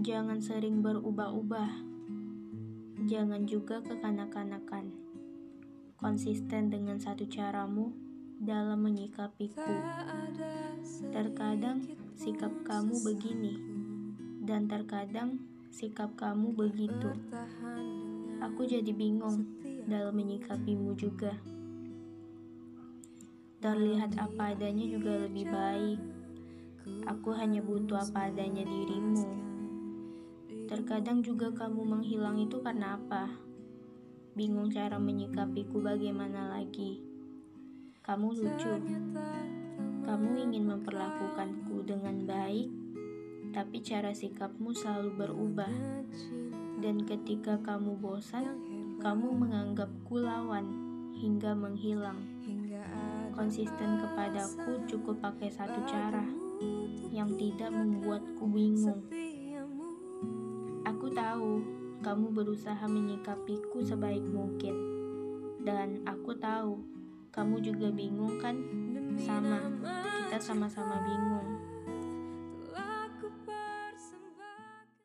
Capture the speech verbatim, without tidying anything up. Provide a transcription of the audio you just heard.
Jangan sering berubah-ubah. Jangan juga kekanak-kanakan. Konsisten dengan satu caramu dalam menyikapiku. Terkadang sikap kamu begini, dan terkadang sikap kamu begitu. Aku jadi bingung dalam menyikapimu juga. Terlihat apa adanya juga lebih baik. Aku hanya butuh apa adanya dirimu. Terkadang juga kamu menghilang itu karena apa? Bingung cara menyikapiku bagaimana lagi. Kamu lucu. Kamu ingin memperlakukanku dengan baik, tapi cara sikapmu selalu berubah. Dan ketika kamu bosan, kamu menganggapku lawan hingga menghilang. Konsisten kepadaku cukup pakai satu cara yang tidak membuatku bingung. Aku tahu kamu berusaha menyikapiku sebaik mungkin, dan aku tahu kamu juga bingung kan? Sama, kita sama-sama bingung.